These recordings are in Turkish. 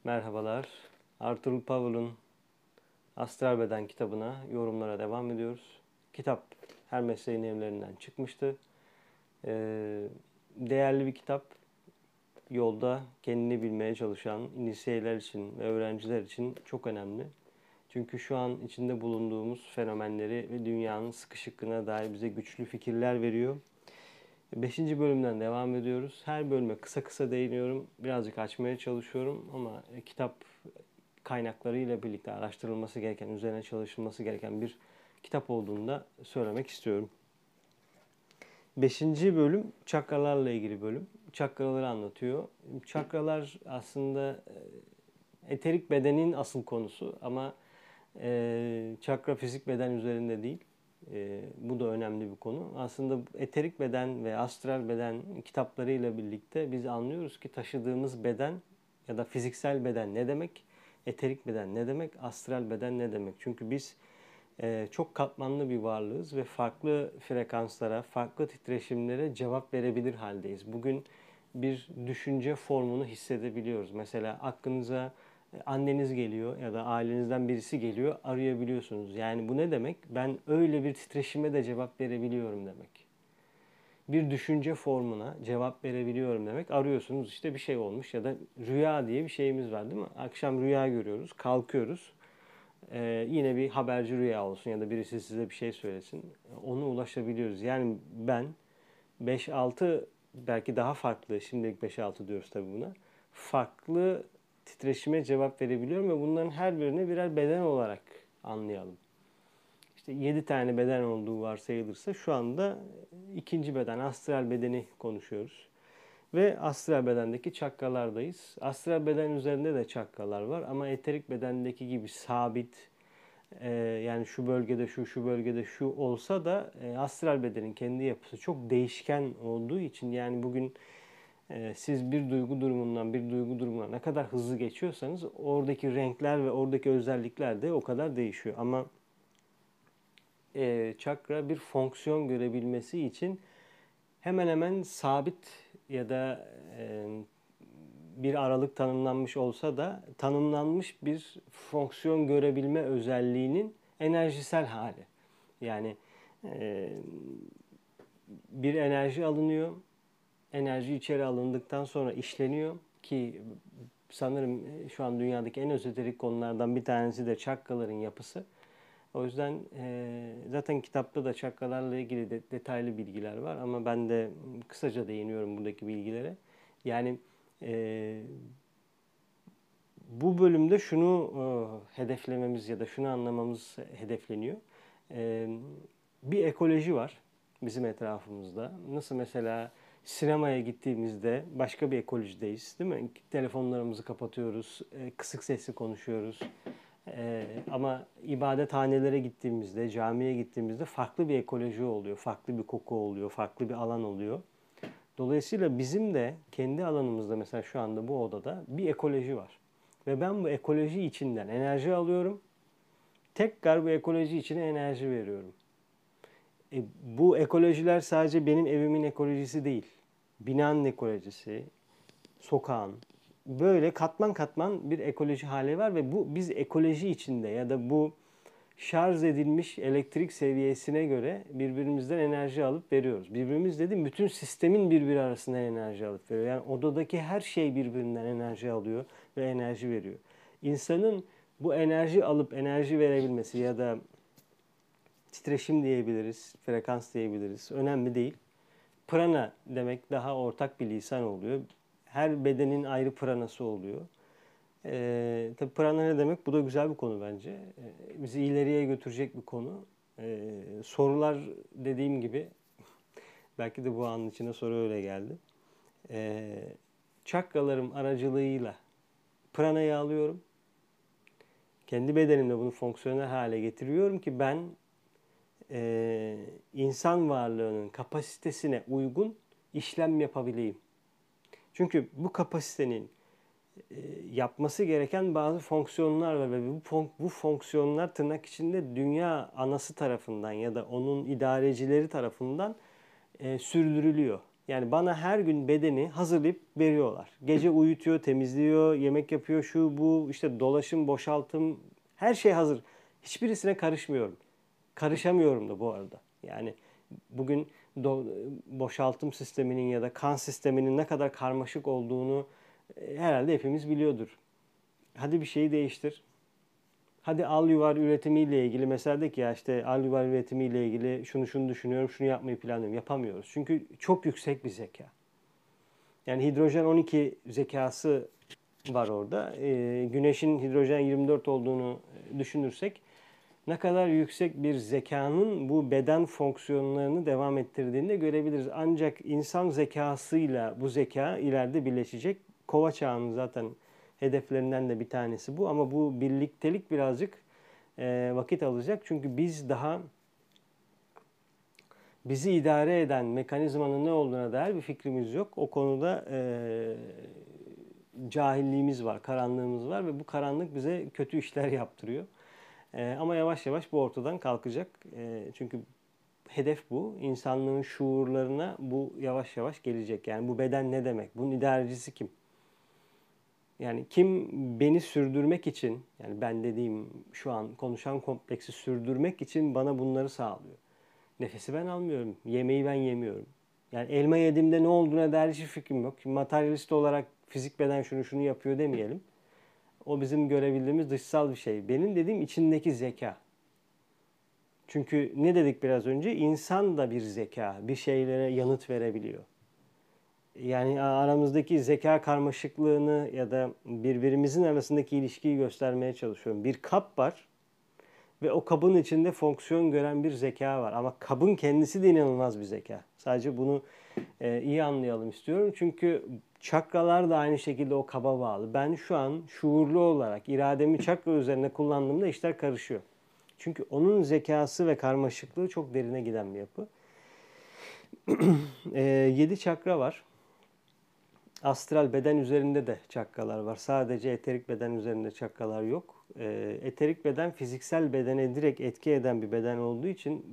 Merhabalar. Arthur Powell'ın Astral Beden kitabına yorumlara devam ediyoruz. Kitap her mesleğin evlerinden çıkmıştı. Değerli bir kitap. Yolda kendini bilmeye çalışan inisiyeler için ve öğrenciler için çok önemli. Çünkü şu an içinde bulunduğumuz fenomenleri ve dünyanın sıkışıklığına dair bize güçlü fikirler veriyor. Beşinci bölümden devam ediyoruz. Her bölüme kısa kısa değiniyorum. Birazcık açmaya çalışıyorum ama kitap kaynaklarıyla birlikte araştırılması gereken, üzerine çalışılması gereken bir kitap olduğunu da söylemek istiyorum. Beşinci bölüm çakralarla ilgili bölüm. Çakraları anlatıyor. Çakralar aslında eterik bedenin asıl konusu ama çakra fizik beden üzerinde değil. Bu da önemli bir konu. Aslında eterik beden ve astral beden kitaplarıyla birlikte biz anlıyoruz ki taşıdığımız beden ya da fiziksel beden ne demek? Eterik beden ne demek? Astral beden ne demek? Çünkü biz çok katmanlı bir varlığız ve farklı frekanslara, farklı titreşimlere cevap verebilir haldeyiz. Bugün bir düşünce formunu hissedebiliyoruz. Mesela aklınıza anneniz geliyor ya da ailenizden birisi geliyor, arayabiliyorsunuz. Yani bu ne demek? Ben öyle bir titreşime de cevap verebiliyorum demek. Bir düşünce formuna cevap verebiliyorum demek. Arıyorsunuz işte bir şey olmuş ya da rüya diye bir şeyimiz var değil mi? Akşam rüya görüyoruz, kalkıyoruz. Yine bir haberci rüya olsun ya da birisi size bir şey söylesin. Ona ulaşabiliyoruz. Yani ben 5-6 belki daha farklı, şimdilik 5-6 diyoruz tabii buna. Farklı titreşime cevap verebiliyorum ve bunların her birini birer beden olarak anlayalım. İşte 7 tane beden olduğu varsayılırsa şu anda ikinci beden, astral bedeni konuşuyoruz. Ve astral bedendeki çakralardayız. Astral beden üzerinde de çakralar var ama eterik bedendeki gibi sabit, yani şu bölgede şu bölgede şu olsa da astral bedenin kendi yapısı çok değişken olduğu için yani bugün siz bir duygu durumundan bir duygu durumuna ne kadar hızlı geçiyorsanız oradaki renkler ve oradaki özellikler de o kadar değişiyor. Ama çakra bir fonksiyon görebilmesi için hemen hemen sabit ya da bir aralık tanımlanmış olsa da tanımlanmış bir fonksiyon görebilme özelliğinin enerjisel hali. Yani e, bir enerji alınıyor, enerji içeri alındıktan sonra işleniyor ki sanırım şu an dünyadaki en ezoterik konulardan bir tanesi de çakraların yapısı. O yüzden zaten kitapta da çakralarla ilgili detaylı bilgiler var ama ben de kısaca değiniyorum buradaki bilgilere. Yani e, bu bölümde şunu hedeflememiz ya da şunu anlamamız hedefleniyor. E, Bir ekoloji var bizim etrafımızda. Nasıl mesela sinemaya gittiğimizde başka bir ekolojideyiz, değil mi? Telefonlarımızı kapatıyoruz, kısık sesli konuşuyoruz. Ama ibadethanelere gittiğimizde, camiye gittiğimizde farklı bir ekoloji oluyor, farklı bir koku oluyor, farklı bir alan oluyor. Dolayısıyla bizim de kendi alanımızda mesela şu anda bu odada bir ekoloji var. Ve ben bu ekoloji içinden enerji alıyorum. Tekrar bu ekoloji içine enerji veriyorum. Bu ekolojiler sadece benim evimin ekolojisi değil. Binanın ekolojisi, sokağın. Böyle katman katman bir ekoloji hali var ve bu biz ekoloji içinde ya da bu şarj edilmiş elektrik seviyesine göre birbirimizden enerji alıp veriyoruz. Birbirimiz dediğim bütün sistemin birbiri arasında enerji alıp veriyor. Yani odadaki her şey birbirinden enerji alıyor ve enerji veriyor. İnsanın bu enerji alıp enerji verebilmesi ya da titreşim diyebiliriz, frekans diyebiliriz. Önemli değil. Prana demek daha ortak bir lisan oluyor. Her bedenin ayrı pranası oluyor. Tabii prana ne demek? Bu da güzel bir konu bence. Bizi ileriye götürecek bir konu. Sorular dediğim gibi belki de bu anın içine soru öyle geldi. Ee, Çakralarım aracılığıyla pranayı alıyorum. Kendi bedenimde bunu fonksiyonel hale getiriyorum ki ben insan varlığının kapasitesine uygun işlem yapabileyim. Çünkü bu kapasitenin yapması gereken bazı fonksiyonlar var ve bu fonksiyonlar tırnak içinde dünya anası tarafından ya da onun idarecileri tarafından sürdürülüyor. Yani bana her gün bedeni hazırlayıp veriyorlar. Gece uyutuyor, temizliyor, yemek yapıyor, şu bu, işte dolaşım, boşaltım, her şey hazır. Hiçbirisine karışmıyorum. Karışamıyorum da bu arada. Yani bugün boşaltım sisteminin ya da kan sisteminin ne kadar karmaşık olduğunu herhalde hepimiz biliyordur. Hadi bir şeyi değiştir. Hadi al yuvar üretimiyle ilgili mesela de ki ya işte al yuvar üretimiyle ilgili şunu düşünüyorum, şunu yapmayı planlıyorum. Yapamıyoruz. Çünkü çok yüksek bir zeka. Yani hidrojen 12 zekası var orada. Güneşin hidrojen 24 olduğunu düşünürsek ne kadar yüksek bir zekanın bu beden fonksiyonlarını devam ettirdiğini de görebiliriz. Ancak insan zekasıyla bu zeka ileride birleşecek. Kova çağının zaten hedeflerinden de bir tanesi bu. Ama bu birliktelik birazcık vakit alacak. Çünkü biz daha bizi idare eden mekanizmanın ne olduğuna dair bir fikrimiz yok. O konuda cahilliğimiz var, karanlığımız var ve bu karanlık bize kötü işler yaptırıyor. Ama yavaş yavaş bu ortadan kalkacak. Çünkü hedef bu. İnsanlığın şuurlarına bu yavaş yavaş gelecek. Yani bu beden ne demek? Bunun idarecisi kim? Yani kim beni sürdürmek için, yani ben dediğim şu an konuşan kompleksi sürdürmek için bana bunları sağlıyor. Nefesi ben almıyorum. Yemeği ben yemiyorum. Yani elma yediğimde ne olduğuna dair hiçbir fikrim yok. Şimdi materyalist olarak fizik beden şunu yapıyor demeyelim. O bizim görebildiğimiz dışsal bir şey. Benim dediğim içindeki zeka. Çünkü ne dedik biraz önce? İnsan da bir zeka, bir şeylere yanıt verebiliyor. Yani aramızdaki zeka karmaşıklığını ya da birbirimizin arasındaki ilişkiyi göstermeye çalışıyorum. Bir kap var ve o kabın içinde fonksiyon gören bir zeka var. Ama kabın kendisi de inanılmaz bir zeka. Sadece bunu iyi anlayalım istiyorum. Çünkü çakralar da aynı şekilde o kaba bağlı. Ben şu an şuurlu olarak irademi çakra üzerine kullandığımda işler karışıyor. Çünkü onun zekası ve karmaşıklığı çok derine giden bir yapı. 7 çakra var. Astral beden üzerinde de çakralar var. Sadece eterik beden üzerinde çakralar yok. Eterik beden fiziksel bedene direkt etki eden bir beden olduğu için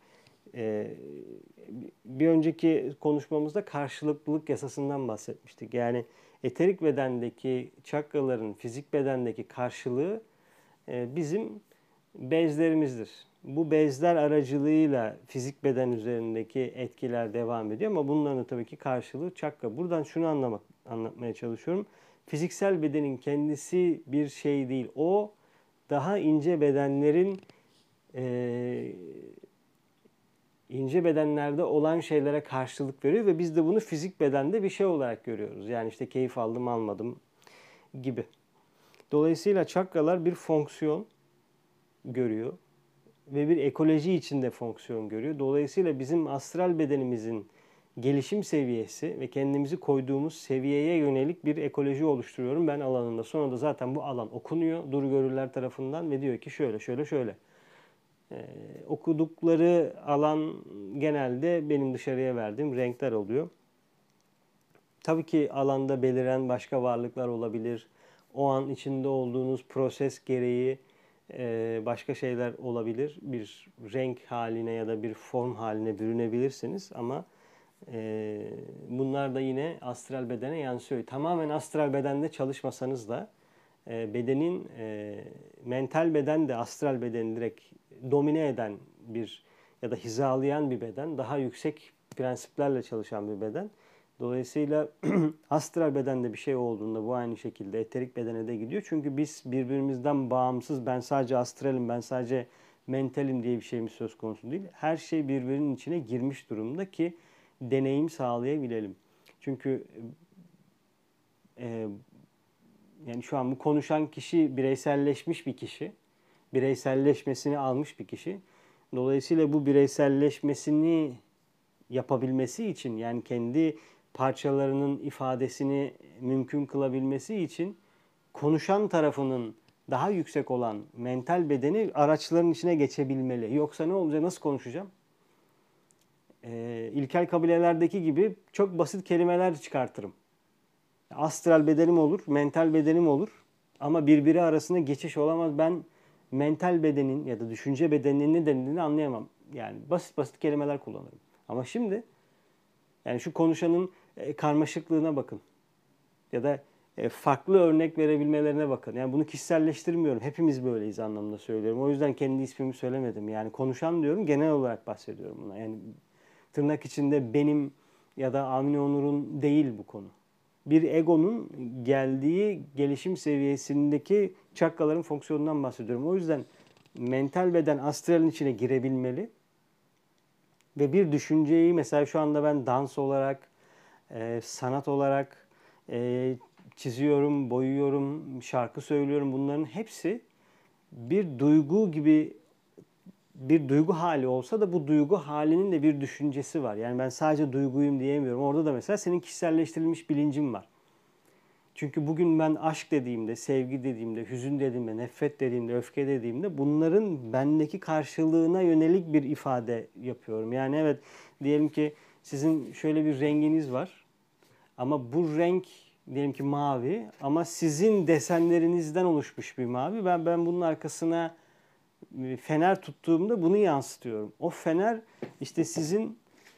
bir önceki konuşmamızda karşılıklılık yasasından bahsetmiştik. Yani eterik bedendeki çakraların fizik bedendeki karşılığı bizim bezlerimizdir. Bu bezler aracılığıyla fizik beden üzerindeki etkiler devam ediyor ama bunların da tabii ki karşılığı çakra. Buradan şunu anlatmaya çalışıyorum. Fiziksel bedenin kendisi bir şey değil. O daha ince bedenlerin ince bedenlerde olan şeylere karşılık veriyor ve biz de bunu fizik bedende bir şey olarak görüyoruz. Yani işte keyif aldım almadım gibi. Dolayısıyla çakralar bir fonksiyon görüyor ve bir ekoloji içinde fonksiyon görüyor. Dolayısıyla bizim astral bedenimizin gelişim seviyesi ve kendimizi koyduğumuz seviyeye yönelik bir ekoloji oluşturuyorum ben alanında. Sonra da zaten bu alan okunuyor dur görürler tarafından ve diyor ki şöyle. Okudukları alan genelde benim dışarıya verdiğim renkler oluyor. Tabii ki alanda beliren başka varlıklar olabilir. O an içinde olduğunuz proses gereği başka şeyler olabilir. Bir renk haline ya da bir form haline bürünebilirsiniz ama bunlar da yine astral bedene yansıyor. Tamamen astral bedende çalışmasanız da bedenin mental beden de astral bedeni direkt domine eden bir ya da hizalayan bir beden, daha yüksek prensiplerle çalışan bir beden. Dolayısıyla astral bedende bir şey olduğunda bu aynı şekilde eterik bedene de gidiyor. Çünkü biz birbirimizden bağımsız, ben sadece astralim, ben sadece mentalim diye bir şeyimiz söz konusu değil. Her şey birbirinin içine girmiş durumda ki deneyim sağlayabilelim. Çünkü yani şu an bu konuşan kişi bireyselleşmiş bir kişi. Bireyselleşmesini almış bir kişi. Dolayısıyla bu bireyselleşmesini yapabilmesi için yani kendi parçalarının ifadesini mümkün kılabilmesi için konuşan tarafının daha yüksek olan mental bedeni araçların içine geçebilmeli. Yoksa ne olacak? Nasıl konuşacağım? İlkel kabilelerdeki gibi çok basit kelimeler çıkartırım. Astral bedenim olur, mental bedenim olur. Ama birbiri arasında geçiş olamaz. Ben mental bedenin ya da düşünce bedeninin ne dendiğini anlayamam. Yani basit basit kelimeler kullanırım. Ama şimdi Yani şu konuşanın karmaşıklığına bakın. Ya da farklı örnek verebilmelerine bakın. Yani bunu kişiselleştirmiyorum. Hepimiz böyleyiz anlamında söylüyorum. O yüzden kendi ismimi söylemedim. Yani konuşan diyorum, genel olarak bahsediyorum buna. Yani tırnak içinde benim ya da Avni Onur'un değil bu konu. Bir egonun geldiği gelişim seviyesindeki çakraların fonksiyonundan bahsediyorum. O yüzden mental beden astralin içine girebilmeli ve bir düşünceyi mesela şu anda ben dans olarak, sanat olarak çiziyorum, boyuyorum, şarkı söylüyorum. Bunların hepsi bir duygu gibi, bir duygu hali olsa da bu duygu halinin de bir düşüncesi var. Yani ben sadece duyguyum diyemiyorum. Orada da mesela senin kişiselleştirilmiş bilincin var. Çünkü bugün ben aşk dediğimde, sevgi dediğimde, hüzün dediğimde, nefret dediğimde, öfke dediğimde bunların bendeki karşılığına yönelik bir ifade yapıyorum. Yani evet, diyelim ki sizin şöyle bir renginiz var ama bu renk diyelim ki mavi ama sizin desenlerinizden oluşmuş bir mavi. Ben bunun arkasına fener tuttuğumda bunu yansıtıyorum. O fener işte sizin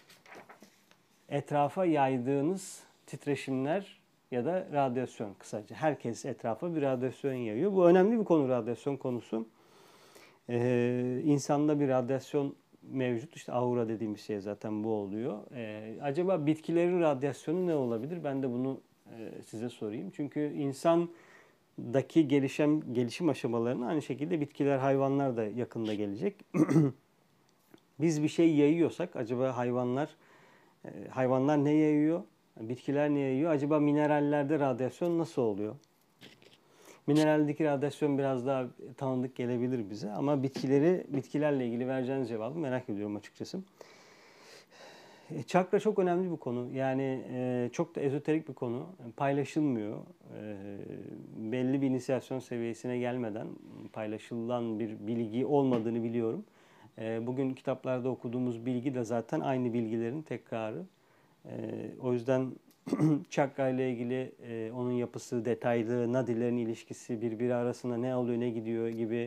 etrafa yaydığınız titreşimler ya da radyasyon kısaca. Herkes etrafa bir radyasyon yayıyor. Bu önemli bir konu, radyasyon konusu. İnsanda bir radyasyon mevcut. İşte aura dediğimiz şey zaten bu oluyor. Acaba bitkilerin radyasyonu ne olabilir? Ben de bunu size sorayım. Çünkü insandaki gelişim aşamalarına aynı şekilde bitkiler, hayvanlar da yakında gelecek. Biz bir şey yayıyorsak acaba hayvanlar ne yayıyor? Bitkiler ne yayıyor? Acaba minerallerde radyasyon nasıl oluyor? Mineraldeki radyasyon biraz daha tanıdık gelebilir bize ama bitkilerle ilgili vereceğiniz cevabı merak ediyorum açıkçası. Çakra çok önemli bir konu. Yani çok da ezoterik bir konu. Paylaşılmıyor. Belli bir inisiyasyon seviyesine gelmeden paylaşılan bir bilgi olmadığını biliyorum. Bugün kitaplarda okuduğumuz bilgi de zaten aynı bilgilerin tekrarı. O yüzden çakra ile ilgili onun yapısı, detaylı, nadilerin ilişkisi, birbiri arasında ne oluyor, ne gidiyor gibi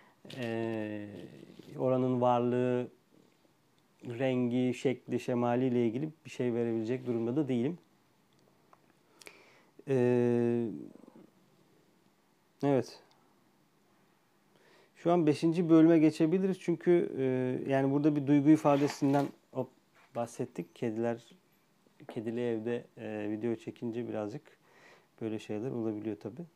oranın varlığı, rengi, şekli, şemali ile ilgili bir şey verebilecek durumda da değilim. Evet. Şu an 5. bölüme geçebiliriz çünkü yani burada bir duygu ifadesinden bahsettik. Kedili evde video çekince birazcık böyle şeyler olabiliyor tabii.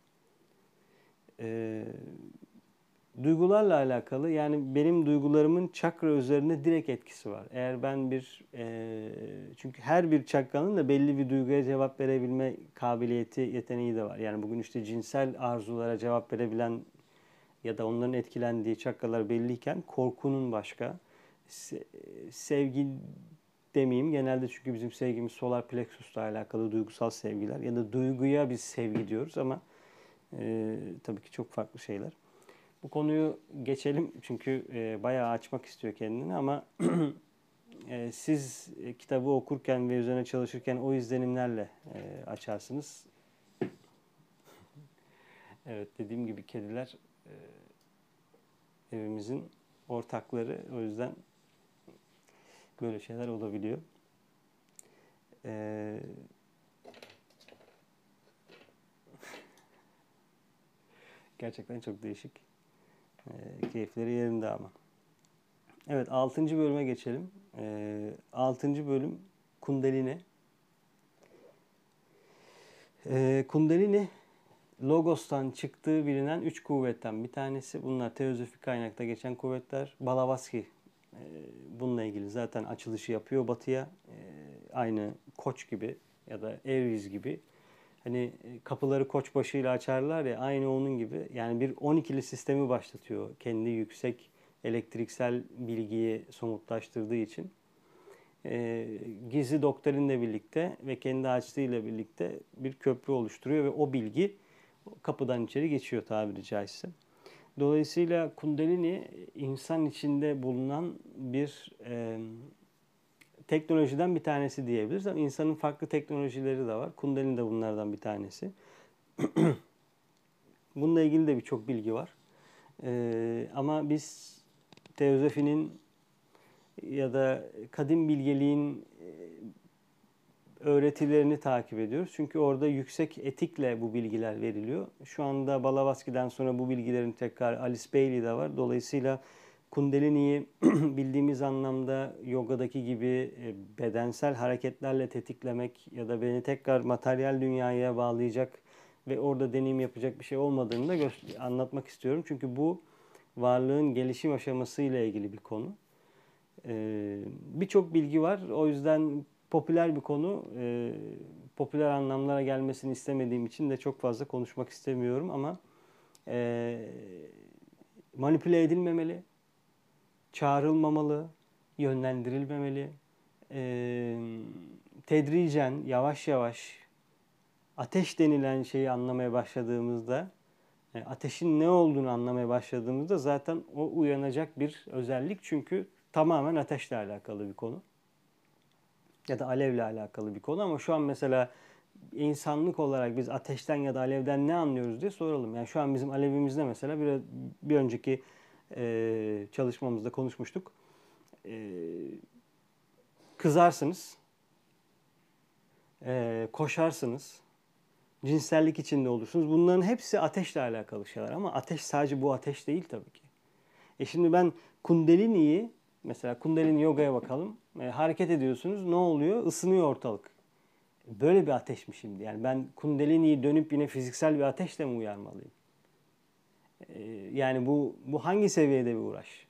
Duygularla alakalı, yani benim duygularımın çakra üzerinde direkt etkisi var. Eğer ben çünkü her bir çakranın da belli bir duyguya cevap verebilme kabiliyeti, yeteneği de var. Yani bugün işte cinsel arzulara cevap verebilen ya da onların etkilendiği çakralar belliyken korkunun başka, sevgi demeyeyim genelde çünkü bizim sevgimiz solar plexus'la alakalı duygusal sevgiler ya da duyguya biz sevgi diyoruz ama tabii ki çok farklı şeyler. Bu konuyu geçelim çünkü bayağı açmak istiyor kendini ama siz kitabı okurken ve üzerine çalışırken o izlenimlerle açarsınız. Evet, dediğim gibi kediler evimizin ortakları, o yüzden böyle şeyler olabiliyor. Gerçekten çok değişik. Keyifleri yerinde ama. Evet, 6. bölüme geçelim. 6. bölüm Kundalini. Kundalini Logos'tan çıktığı bilinen 3 kuvvetten bir tanesi. Bunlar teozofik kaynakta geçen kuvvetler. Blavatsky bununla ilgili zaten açılışı yapıyor Batı'ya. Aynı Koç gibi ya da Aries gibi. Hani kapıları koç başıyla açarlar ya, aynı onun gibi. Yani bir 12'li sistemi başlatıyor kendi yüksek elektriksel bilgiyi somutlaştırdığı için. Gizli doktrinle birlikte ve kendi açlığıyla birlikte bir köprü oluşturuyor ve o bilgi kapıdan içeri geçiyor tabiri caizse. Dolayısıyla Kundalini insan içinde bulunan bir teknolojiden bir tanesi diyebiliriz. Ama insanın farklı teknolojileri de var. Kundalini de bunlardan bir tanesi. Bununla ilgili de birçok bilgi var. Ama biz teozofinin ya da kadim bilgeliğin öğretilerini takip ediyoruz. Çünkü orada yüksek etikle bu bilgiler veriliyor. Şu anda Blavatsky'den sonra bu bilgilerin tekrar Alice Bailey'de var. Dolayısıyla Kundalini'yi bildiğimiz anlamda yogadaki gibi bedensel hareketlerle tetiklemek ya da beni tekrar materyal dünyaya bağlayacak ve orada deneyim yapacak bir şey olmadığını da anlatmak istiyorum. Çünkü bu varlığın gelişim aşamasıyla ilgili bir konu. Birçok bilgi var. O yüzden popüler bir konu. Popüler anlamlara gelmesini istemediğim için de çok fazla konuşmak istemiyorum ama manipüle edilmemeli, çağrılmamalı, yönlendirilmemeli. Tedricen, yavaş yavaş ateş denilen şeyi anlamaya başladığımızda, ateşin ne olduğunu anlamaya başladığımızda zaten o uyanacak bir özellik. Çünkü tamamen ateşle alakalı bir konu. Ya da alevle alakalı bir konu ama şu an mesela insanlık olarak biz ateşten ya da alevden ne anlıyoruz diye soralım. Yani şu an bizim alevimizde mesela bir önceki çalışmamızda konuşmuştuk. Kızarsınız, koşarsınız, cinsellik içinde olursunuz. Bunların hepsi ateşle alakalı şeyler ama ateş sadece bu ateş değil tabii ki. Şimdi ben Kundalini'yi, mesela Kundalini yogaya bakalım. Hareket ediyorsunuz. Ne oluyor? Isınıyor ortalık. Böyle bir ateş mi şimdi? Yani ben Kundalini'yi dönüp yine fiziksel bir ateşle mi uyarmalıyım? Yani bu hangi seviyede bir uğraş?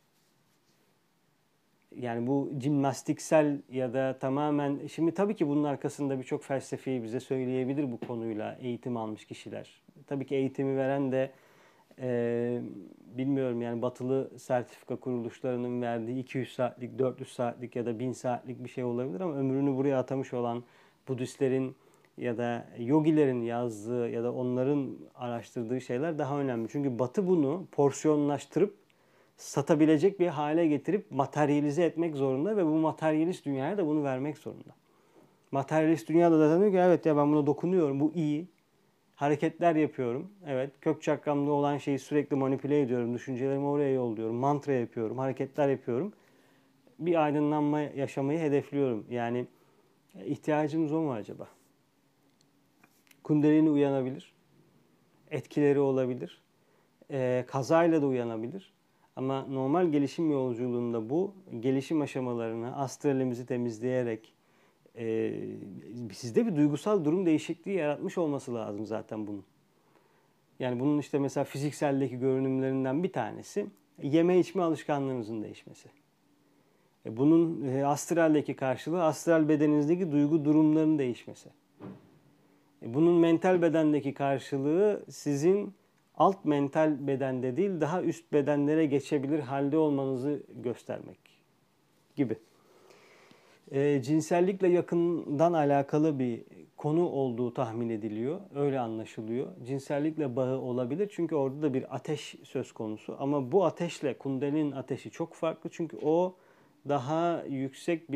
Yani bu jimnastiksel ya da tamamen... Şimdi tabii ki bunun arkasında birçok felsefeyi bize söyleyebilir bu konuyla eğitim almış kişiler. Tabii ki eğitimi veren de bilmiyorum yani batılı sertifika kuruluşlarının verdiği 200 saatlik, 400 saatlik ya da 1000 saatlik bir şey olabilir ama ömrünü buraya atamış olan Budistlerin ya da yogilerin yazdığı ya da onların araştırdığı şeyler daha önemli. Çünkü Batı bunu porsiyonlaştırıp satabilecek bir hale getirip materyalize etmek zorunda ve bu materyalist dünyaya da bunu vermek zorunda. Materyalist dünyada da diyor ki evet ya ben buna dokunuyorum, bu iyi. Hareketler yapıyorum. Evet, kök çakramda olan şeyi sürekli manipüle ediyorum. Düşüncelerimi oraya yolluyorum. Mantra yapıyorum, hareketler yapıyorum. Bir aydınlanma yaşamayı hedefliyorum. Yani ihtiyacımız o mu acaba? Kundalini uyanabilir. Etkileri olabilir. Kazayla da uyanabilir. Ama normal gelişim yolculuğunda bu gelişim aşamalarını astralimizi temizleyerek sizde bir duygusal durum değişikliği yaratmış olması lazım zaten bunun. Yani bunun işte mesela fizikseldeki görünümlerinden bir tanesi yeme içme alışkanlığınızın değişmesi. Bunun astraldeki karşılığı astral bedeninizdeki duygu durumlarının değişmesi. Bunun mental bedendeki karşılığı sizin alt mental bedende değil daha üst bedenlere geçebilir halde olmanızı göstermek gibi. Cinsellikle yakından alakalı bir konu olduğu tahmin ediliyor. Öyle anlaşılıyor. Cinsellikle bağı olabilir çünkü orada da bir ateş söz konusu. Ama bu ateşle Kundalini'nin ateşi çok farklı. Çünkü o daha yüksek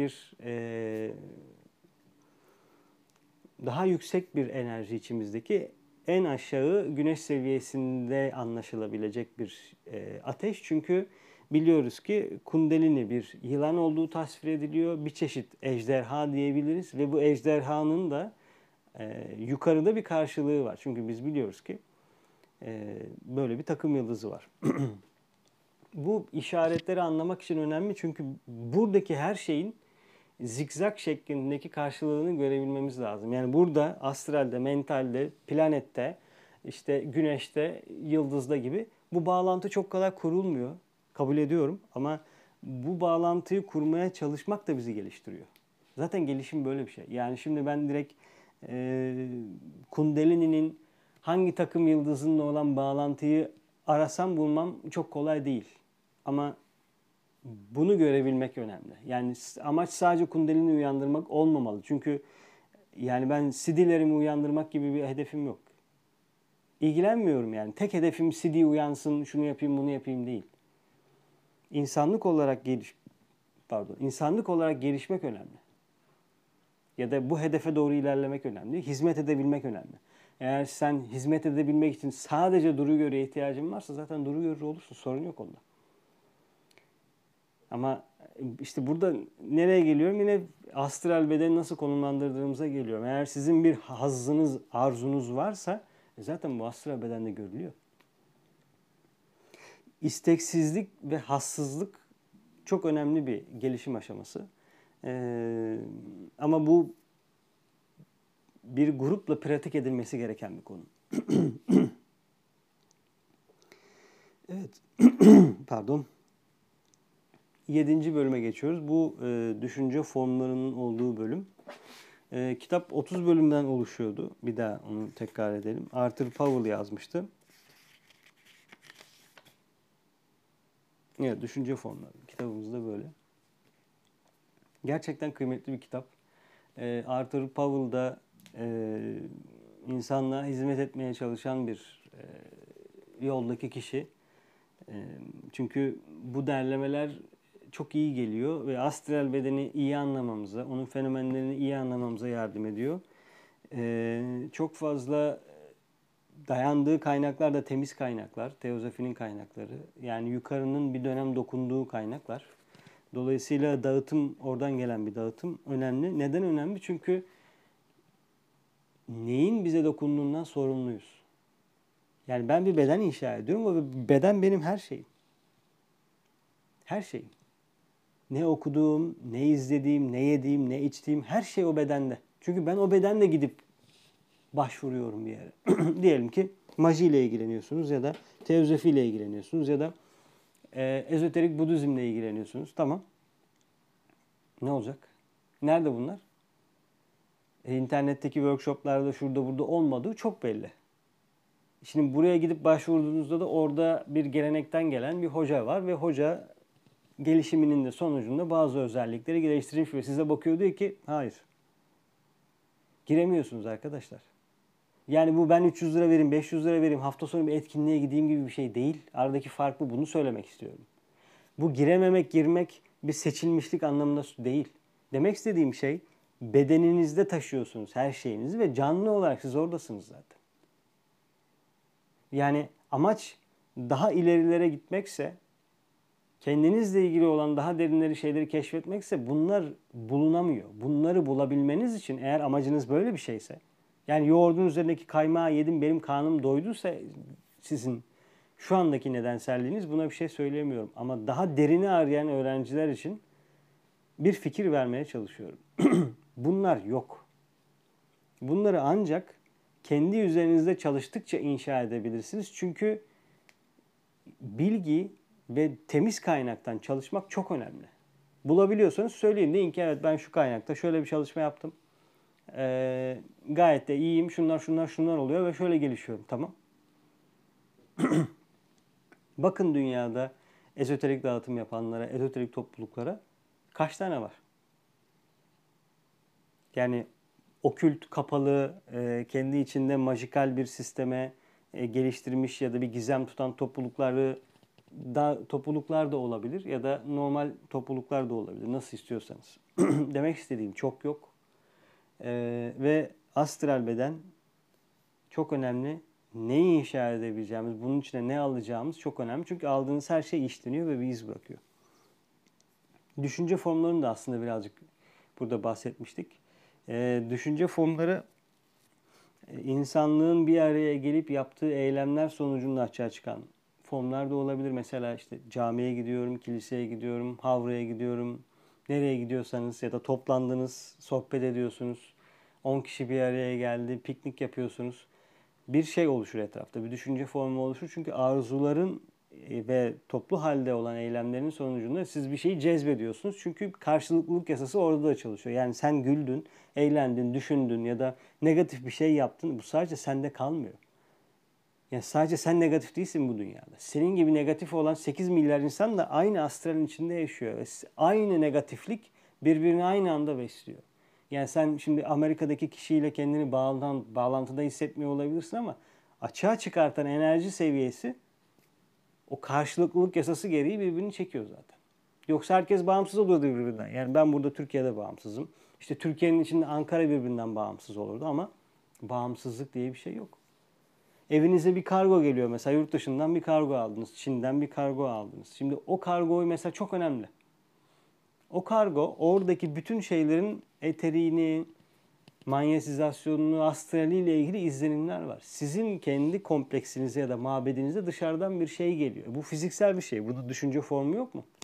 bir enerji içimizdeki en aşağı güneş seviyesinde anlaşılabilecek bir ateş. Çünkü biliyoruz ki Kundalini bir yılan olduğu tasvir ediliyor. Bir çeşit ejderha diyebiliriz ve bu ejderhanın da yukarıda bir karşılığı var. Çünkü biz biliyoruz ki böyle bir takım yıldızı var. Bu işaretleri anlamak için önemli çünkü buradaki her şeyin zikzak şeklindeki karşılığını görebilmemiz lazım. Yani burada astralde, mentalde, planette, işte güneşte, yıldızda gibi bu bağlantı çok kolay kurulmuyor. Kabul ediyorum ama bu bağlantıyı kurmaya çalışmak da bizi geliştiriyor. Zaten gelişim böyle bir şey. Yani şimdi ben direkt Kundalini'nin hangi takım yıldızınla olan bağlantıyı arasam bulmam çok kolay değil. Ama bunu görebilmek önemli. Yani amaç sadece Kundalini uyandırmak olmamalı. Çünkü yani ben sidilerimi uyandırmak gibi bir hedefim yok. İlgilenmiyorum yani. Tek hedefim CD uyansın, şunu yapayım, bunu yapayım değil. İnsanlık olarak gelişmek önemli. Ya da bu hedefe doğru ilerlemek önemli. Hizmet edebilmek önemli. Eğer sen hizmet edebilmek için sadece duru görüye ihtiyacın varsa zaten duru görür olursun. Sorun yok onda. Ama işte burada nereye geliyorum? Yine astral bedeni nasıl konumlandırdığımıza geliyorum. Eğer sizin bir hazzınız, arzunuz varsa zaten bu astral bedende görülüyor. İsteksizlik ve hassızlık çok önemli bir gelişim aşaması. Ama bu bir grupla pratik edilmesi gereken bir konu. Evet. Pardon. 7. bölüme geçiyoruz. Bu düşünce formlarının olduğu bölüm. Kitap 30 bölümden oluşuyordu. Bir daha onu tekrar edelim. Arthur Powell yazmıştı. Evet, düşünce formları. Kitabımız da böyle. Gerçekten kıymetli bir kitap. Arthur Powell da insanlığa hizmet etmeye çalışan bir yoldaki kişi. Çünkü bu derlemeler çok iyi geliyor ve astral bedeni iyi anlamamıza, onun fenomenlerini iyi anlamamıza yardım ediyor. Çok fazla dayandığı kaynaklar da temiz kaynaklar, teozofinin kaynakları. Yani yukarının bir dönem dokunduğu kaynaklar. Dolayısıyla dağıtım, oradan gelen bir dağıtım önemli. Neden önemli? Çünkü neyin bize dokunduğundan sorumluyuz. Yani ben bir beden inşa ediyorum ve beden benim her şeyim. Her şeyim. Ne okuduğum, ne izlediğim, ne yediğim, ne içtiğim her şey o bedende. Çünkü ben o bedenle gidip başvuruyorum bir yere. Diyelim ki maji ile ilgileniyorsunuz ya da teozofi ile ilgileniyorsunuz ya da ezoterik Budizmle ilgileniyorsunuz. Tamam. Ne olacak? Nerede bunlar? İnternetteki workshoplarda şurada burada olmadığı çok belli. Şimdi buraya gidip başvurduğunuzda da orada bir gelenekten gelen bir hoca var ve hoca gelişiminin de sonucunda bazı özellikleri geliştirmiş ve size bakıyor diyor ki hayır. Giremiyorsunuz arkadaşlar. Yani bu ben 300 lira vereyim, 500 lira vereyim, hafta sonu bir etkinliğe gideyim gibi bir şey değil. Aradaki fark bu. Bunu söylemek istiyorum. Bu girememek, girmek bir seçilmişlik anlamında değil. Demek istediğim şey bedeninizde taşıyorsunuz her şeyinizi ve canlı olarak siz oradasınız zaten. Yani amaç daha ilerilere gitmekse, kendinizle ilgili olan daha derinleri şeyleri keşfetmekse bunlar bulunamıyor. Bunları bulabilmeniz için eğer amacınız böyle bir şeyse, yani yoğurdun üzerindeki kaymağı yedim benim karnım doyduysa sizin şu andaki nedenselliğiniz buna bir şey söyleyemiyorum. Ama daha derini arayan öğrenciler için bir fikir vermeye çalışıyorum. Bunlar yok. Bunları ancak kendi üzerinizde çalıştıkça inşa edebilirsiniz. Çünkü bilgi ve temiz kaynaktan çalışmak çok önemli. Bulabiliyorsanız söyleyin. Deyin ki evet ben şu kaynakta şöyle bir çalışma yaptım. Gayet de iyiyim. Şunlar oluyor ve şöyle gelişiyorum. Tamam. Bakın dünyada ezoterik dağıtım yapanlara, ezoterik topluluklara kaç tane var? Yani okült, kapalı, kendi içinde majikal bir sisteme geliştirmiş ya da bir gizem tutan topluluklar da olabilir ya da normal topluluklar da olabilir. Nasıl istiyorsanız. Demek istediğim çok yok. Ve astral beden çok önemli. Neyi inşa edebileceğimiz, bunun içine ne alacağımız çok önemli. Çünkü aldığınız her şey işleniyor ve bir iz bırakıyor. Düşünce formlarını da aslında birazcık burada bahsetmiştik. Düşünce formları insanlığın bir araya gelip yaptığı eylemler sonucunda açığa çıkan formlar da olabilir. Mesela işte camiye gidiyorum, kiliseye gidiyorum, havraya gidiyorum. Nereye gidiyorsanız ya da toplandınız, sohbet ediyorsunuz. 10 kişi bir araya geldi, piknik yapıyorsunuz. Bir şey oluşur etrafta, bir düşünce formu oluşur. Çünkü arzuların ve toplu halde olan eylemlerin sonucunda siz bir şeyi cezbediyorsunuz. Çünkü karşılıklılık yasası orada da çalışıyor. Yani sen güldün, eğlendin, düşündün ya da negatif bir şey yaptın. Bu sadece sende kalmıyor. Yani sadece sen negatif değilsin bu dünyada. Senin gibi negatif olan 8 milyar insan da aynı astralin içinde yaşıyor. Ve aynı negatiflik birbirini aynı anda besliyor. Yani sen şimdi Amerika'daki kişiyle kendini bağlantıda hissetmiyor olabilirsin ama açığa çıkartan enerji seviyesi o karşılıklılık yasası gereği birbirini çekiyor zaten. Yoksa herkes bağımsız olurdu birbirinden. Yani ben burada Türkiye'de bağımsızım. İşte Türkiye'nin içinde Ankara birbirinden bağımsız olurdu ama bağımsızlık diye bir şey yok. Evinize bir kargo geliyor mesela yurt dışından bir kargo aldınız. Çin'den bir kargo aldınız. Şimdi o kargoyu mesela çok önemli. O kargo oradaki bütün şeylerin eteriğini, manyetizasyonunu, astraliyle ilgili izlenimler var. Sizin kendi kompleksinize ya da mabedinize dışarıdan bir şey geliyor. Bu fiziksel bir şey. Burada düşünce formu yok mu?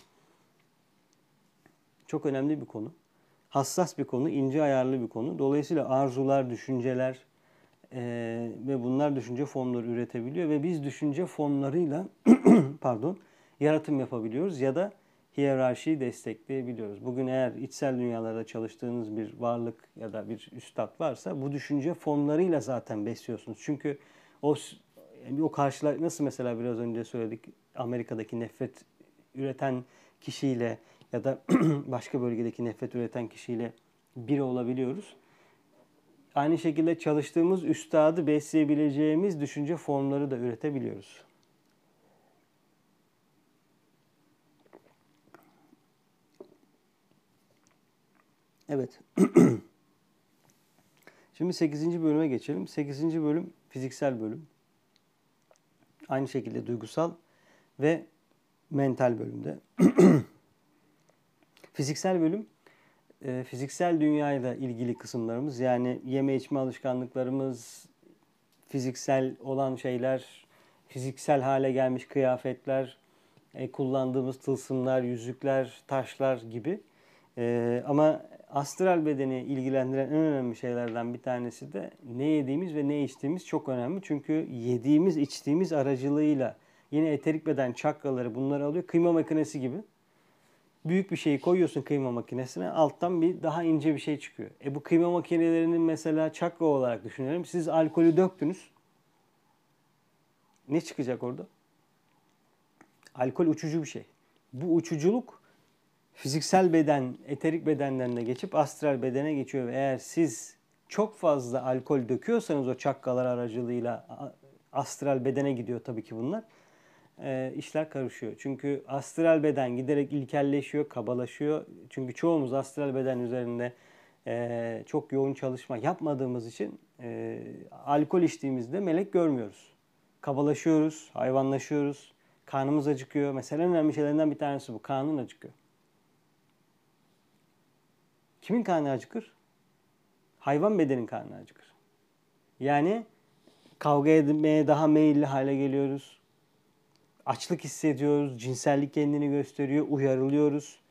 Çok önemli bir konu. Hassas bir konu, ince ayarlı bir konu. Dolayısıyla arzular, düşünceler ve bunlar düşünce formları üretebiliyor ve biz düşünce formlarıyla pardon, yaratım yapabiliyoruz ya da hiyerarşiyi destekleyebiliyoruz. Bugün eğer içsel dünyalarda çalıştığınız bir varlık ya da bir üstad varsa bu düşünce formlarıyla zaten besliyorsunuz. Çünkü o karşılar nasıl mesela biraz önce söyledik, Amerika'daki nefret üreten kişiyle ya da başka bölgedeki nefret üreten kişiyle bir olabiliyoruz. Aynı şekilde çalıştığımız üstadı besleyebileceğimiz düşünce formları da üretebiliyoruz. Evet. Şimdi 8. bölüme geçelim. 8. bölüm fiziksel bölüm. Aynı şekilde duygusal ve mental bölümde. Fiziksel bölüm, fiziksel dünyayla ilgili kısımlarımız. Yani yeme içme alışkanlıklarımız, fiziksel olan şeyler, fiziksel hale gelmiş kıyafetler, kullandığımız tılsımlar, yüzükler, taşlar gibi. Ama astral bedeni ilgilendiren en önemli şeylerden bir tanesi de ne yediğimiz ve ne içtiğimiz çok önemli. Çünkü yediğimiz, içtiğimiz aracılığıyla yine eterik beden çakraları bunları alıyor. Kıyma makinesi gibi. Büyük bir şeyi koyuyorsun kıyma makinesine, alttan bir daha ince bir şey çıkıyor. Bu kıyma makinelerinin mesela çakra olarak düşünelim. Siz alkolü döktünüz. Ne çıkacak orada? Alkol uçucu bir şey. Bu uçuculuk fiziksel beden, eterik bedenlerine geçip astral bedene geçiyor ve eğer siz çok fazla alkol döküyorsanız o çakralar aracılığıyla astral bedene gidiyor tabii ki bunlar. İşler karışıyor. Çünkü astral beden giderek ilkelleşiyor, kabalaşıyor. Çünkü çoğumuz astral beden üzerinde çok yoğun çalışma yapmadığımız için alkol içtiğimizde melek görmüyoruz. Kabalaşıyoruz, hayvanlaşıyoruz, karnımız acıkıyor. Mesela en önemli şeylerden bir tanesi bu. Karnın acıkıyor. Kimin karnı acıkır? Hayvan bedenin karnı acıkır. Yani kavga etmeye daha meyilli hale geliyoruz. Açlık hissediyoruz, cinsellik kendini gösteriyor, uyarılıyoruz.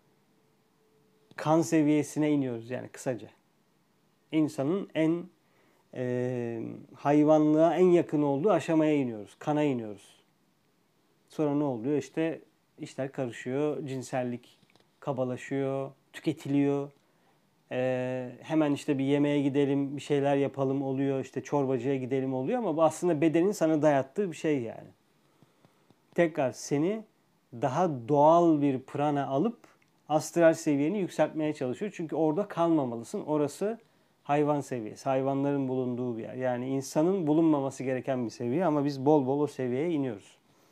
Kan seviyesine iniyoruz yani kısaca. İnsanın en hayvanlığa en yakın olduğu aşamaya iniyoruz, kana iniyoruz. Sonra ne oluyor? İşte işler karışıyor, cinsellik kabalaşıyor, tüketiliyor. Hemen işte bir yemeğe gidelim, bir şeyler yapalım oluyor, işte çorbacıya gidelim oluyor ama bu aslında bedenin sana dayattığı bir şey yani. Tekrar seni daha doğal bir prana alıp astral seviyeni yükseltmeye çalışıyor. Çünkü orada kalmamalısın. Orası hayvan seviyesi. Hayvanların bulunduğu bir yer. Yani insanın bulunmaması gereken bir seviye ama biz bol bol o seviyeye iniyoruz.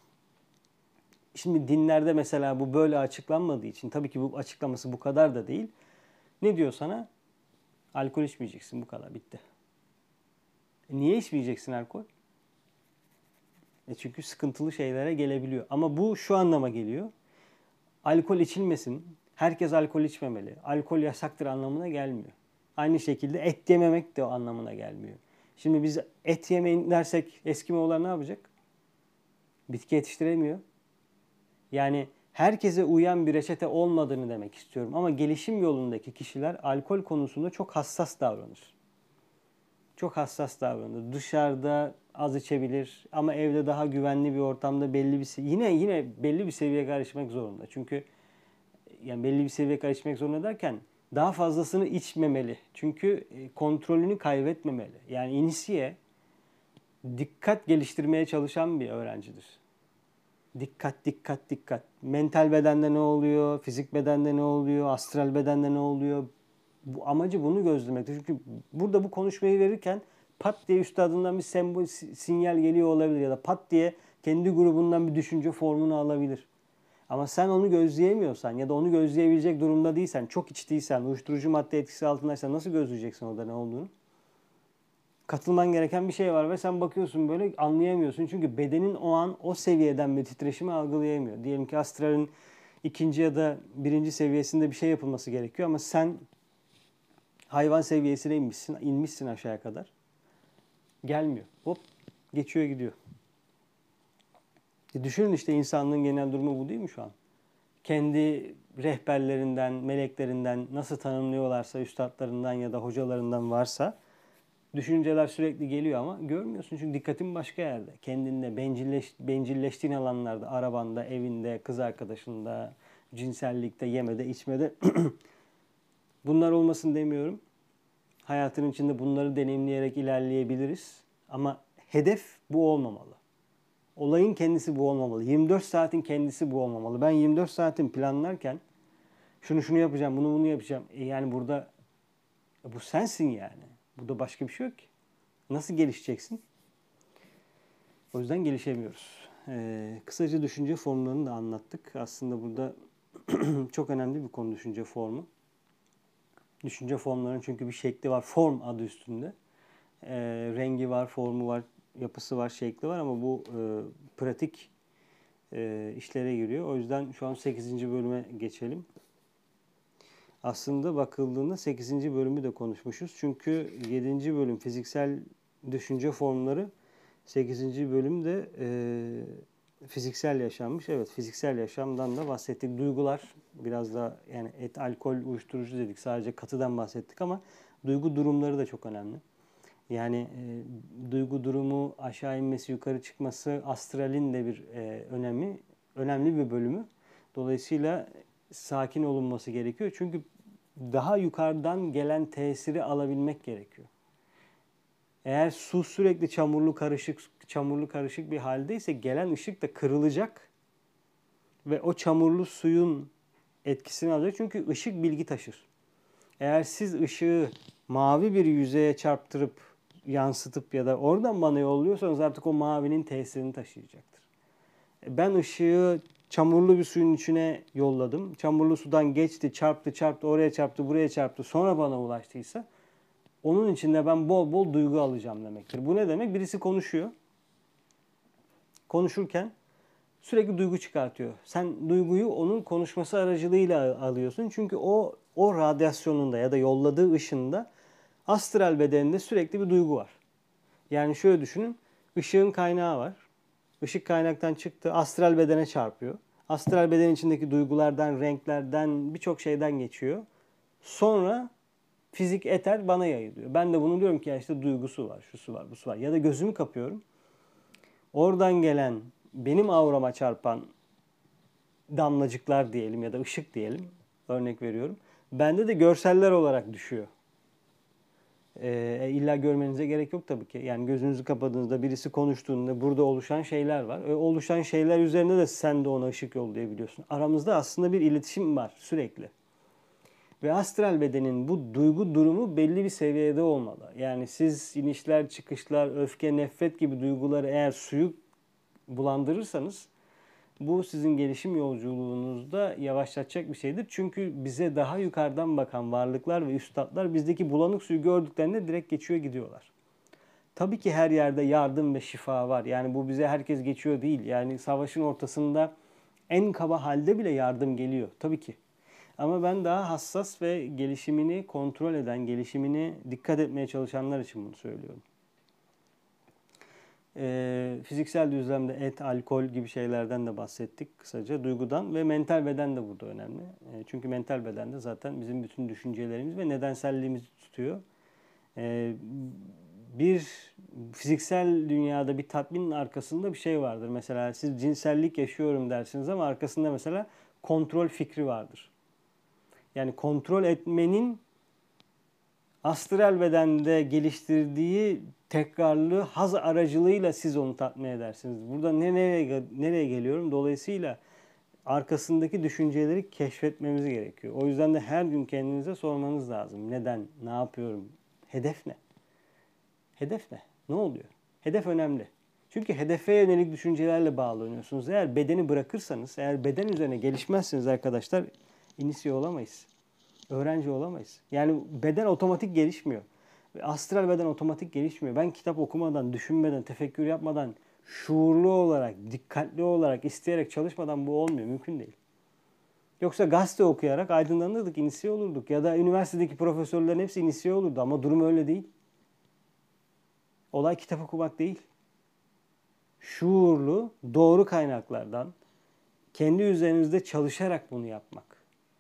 Şimdi dinlerde mesela bu böyle açıklanmadığı için tabii ki bu açıklaması bu kadar da değil. Ne diyor sana? Alkol içmeyeceksin, bu kadar, bitti. Niye içmeyeceksin alkol? Çünkü sıkıntılı şeylere gelebiliyor. Ama bu şu anlama geliyor. Alkol içilmesin, herkes alkol içmemeli, alkol yasaktır anlamına gelmiyor. Aynı şekilde et yememek de o anlamına gelmiyor. Şimdi biz et yemeyin dersek Eskimoğullar ne yapacak? Bitki yetiştiremiyor. Yani herkese uyan bir reçete olmadığını demek istiyorum. Ama gelişim yolundaki kişiler alkol konusunda çok hassas davranır. Çok hassas davranır. Dışarıda az içebilir ama evde daha güvenli bir ortamda belli bir yine belli bir seviyeye karışmak zorunda. Çünkü yani belli bir seviyeye karışmak zorunda derken daha fazlasını içmemeli. Çünkü kontrolünü kaybetmemeli. Yani inisiye dikkat geliştirmeye çalışan bir öğrencidir. Dikkat, dikkat, dikkat. Mental bedende ne oluyor? Fizik bedende ne oluyor? Astral bedende ne oluyor? Bu amacı bunu gözlemektir. Çünkü burada bu konuşmayı verirken pat diye üstadından bir sembol, sinyal geliyor olabilir ya da pat diye kendi grubundan bir düşünce formunu alabilir. Ama sen onu gözleyemiyorsan ya da onu gözleyebilecek durumda değilsen, çok içtiysen, uyuşturucu madde etkisi altındaysan nasıl gözleyeceksin orada ne olduğunu? Katılman gereken bir şey var ve sen bakıyorsun böyle anlayamıyorsun. Çünkü bedenin o an o seviyeden bir titreşimi algılayamıyor. Diyelim ki astralin ikinci ya da birinci seviyesinde bir şey yapılması gerekiyor ama sen hayvan seviyesine inmişsin aşağıya kadar. Gelmiyor. Hop geçiyor gidiyor. Düşünün işte insanlığın genel durumu bu değil mi şu an? Kendi rehberlerinden, meleklerinden nasıl tanımlıyorlarsa, üstadlarından ya da hocalarından varsa düşünceler sürekli geliyor ama görmüyorsun çünkü dikkatin başka yerde. Kendinde bencilleştiğin alanlarda, arabanda, evinde, kız arkadaşında, cinsellikte, yemede, içmede. Bunlar olmasın demiyorum. Hayatın içinde bunları deneyimleyerek ilerleyebiliriz. Ama hedef bu olmamalı. Olayın kendisi bu olmamalı. 24 saatin kendisi bu olmamalı. Ben 24 saatin planlarken şunu yapacağım, bunu yapacağım. Yani burada bu sensin yani. Burada başka bir şey yok ki. Nasıl gelişeceksin? O yüzden gelişemiyoruz. Kısaca düşünce formlarını da anlattık. Aslında burada çok önemli bir konu düşünce formu. Düşünce formlarının çünkü bir şekli var. Form adı üstünde. Rengi var, formu var, yapısı var, şekli var ama bu pratik işlere giriyor. O yüzden şu an 8. bölüme geçelim. Aslında bakıldığında 8. bölümü de konuşmuşuz. Çünkü 7. bölüm fiziksel düşünce formları, 8. bölümde fiziksel yaşammış. Evet, fiziksel yaşamdan da bahsettik. Duygular biraz da yani alkol, uyuşturucu dedik. Sadece katıdan bahsettik ama duygu durumları da çok önemli. Yani duygu durumu aşağı inmesi, yukarı çıkması astralin de bir önemli bir bölümü. Dolayısıyla sakin olunması gerekiyor. Çünkü daha yukarıdan gelen tesiri alabilmek gerekiyor. Eğer su sürekli çamurlu karışık bir haldeyse gelen ışık da kırılacak ve o çamurlu suyun etkisini alacak. Çünkü ışık bilgi taşır. Eğer siz ışığı mavi bir yüzeye çarptırıp yansıtıp ya da oradan bana yolluyorsanız artık o mavinin tesirini taşıyacaktır. Ben ışığı çamurlu bir suyun içine yolladım. Çamurlu sudan geçti, çarptı, oraya çarptı, buraya çarptı. Sonra bana ulaştıysa onun içinde ben bol bol duygu alacağım demektir. Bu ne demek? Birisi konuşuyor. Konuşurken sürekli duygu çıkartıyor. Sen duyguyu onun konuşması aracılığıyla alıyorsun. Çünkü o radyasyonunda ya da yolladığı ışında astral bedeninde sürekli bir duygu var. Yani şöyle düşünün. Işığın kaynağı var. Işık kaynaktan çıktı. Astral bedene çarpıyor. Astral beden içindeki duygulardan, renklerden, birçok şeyden geçiyor. Sonra fizik eter bana yayılıyor. Ben de bunu diyorum ki ya işte duygusu var, şusu var, busu var. Ya da gözümü kapıyorum. Oradan gelen benim aurama çarpan damlacıklar diyelim ya da ışık diyelim. Örnek veriyorum. Bende de görseller olarak düşüyor. İlla görmenize gerek yok tabii ki. Yani gözünüzü kapadığınızda birisi konuştuğunda burada oluşan şeyler var. Oluşan şeyler üzerine de sen de ona ışık yollayabiliyorsun. Aramızda aslında bir iletişim var sürekli. Ve astral bedenin bu duygu durumu belli bir seviyede olmalı. Yani siz inişler, çıkışlar, öfke, nefret gibi duyguları eğer suyu bulandırırsanız bu sizin gelişim yolculuğunuzda yavaşlatacak bir şeydir. Çünkü bize daha yukarıdan bakan varlıklar ve üstadlar bizdeki bulanık suyu gördüklerinde direkt geçiyor gidiyorlar. Tabii ki her yerde yardım ve şifa var. Yani bu bize herkes geçiyor değil. Yani savaşın ortasında en kaba halde bile yardım geliyor. Tabii ki. Ama ben daha hassas ve gelişimini kontrol eden, gelişimini dikkat etmeye çalışanlar için bunu söylüyorum. Fiziksel düzlemde et, alkol gibi şeylerden de bahsettik kısaca. Duygudan ve mental beden de burada önemli. Çünkü mental bedende zaten bizim bütün düşüncelerimiz ve nedenselliğimizi tutuyor. Bir fiziksel dünyada bir tatminin arkasında bir şey vardır. Mesela siz cinsellik yaşıyorum dersiniz ama arkasında mesela kontrol fikri vardır. Yani kontrol etmenin astral bedende geliştirdiği tekrarlı haz aracılığıyla siz onu tatmin edersiniz. Burada nereye geliyorum? Dolayısıyla arkasındaki düşünceleri keşfetmemiz gerekiyor. O yüzden de her gün kendinize sormanız lazım. Neden? Ne yapıyorum? Hedef ne? Hedef ne? Ne oluyor? Hedef önemli. Çünkü hedefe yönelik düşüncelerle bağlanıyorsunuz. Eğer bedeni bırakırsanız, eğer beden üzerine gelişmezseniz arkadaşlar inisiye olamayız. Öğrenci olamayız. Yani beden otomatik gelişmiyor. Astral beden otomatik gelişmiyor. Ben kitap okumadan, düşünmeden, tefekkür yapmadan, şuurlu olarak, dikkatli olarak, isteyerek çalışmadan bu olmuyor. Mümkün değil. Yoksa gazete okuyarak aydınlanırdık, inisiye olurduk. Ya da üniversitedeki profesörlerin hepsi inisiye olurdu. Ama durum öyle değil. Olay kitap okumak değil. Şuurlu, doğru kaynaklardan, kendi üzerinizde çalışarak bunu yapmak.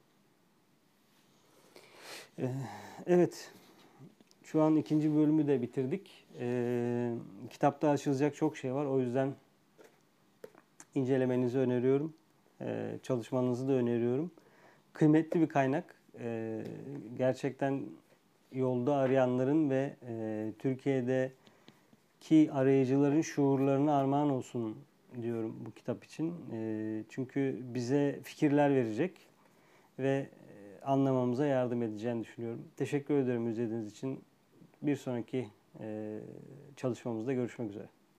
Evet, şu an ikinci bölümü de bitirdik. Kitapta açılacak çok şey var. O yüzden incelemenizi öneriyorum. Çalışmanızı da öneriyorum. Kıymetli bir kaynak. Gerçekten yolda arayanların ve Türkiye'deki arayıcıların şuurlarına armağan olsun diyorum bu kitap için. Çünkü bize fikirler verecek ve anlamamıza yardım edeceğini düşünüyorum. Teşekkür ederim izlediğiniz için. Bir sonraki çalışmamızda görüşmek üzere.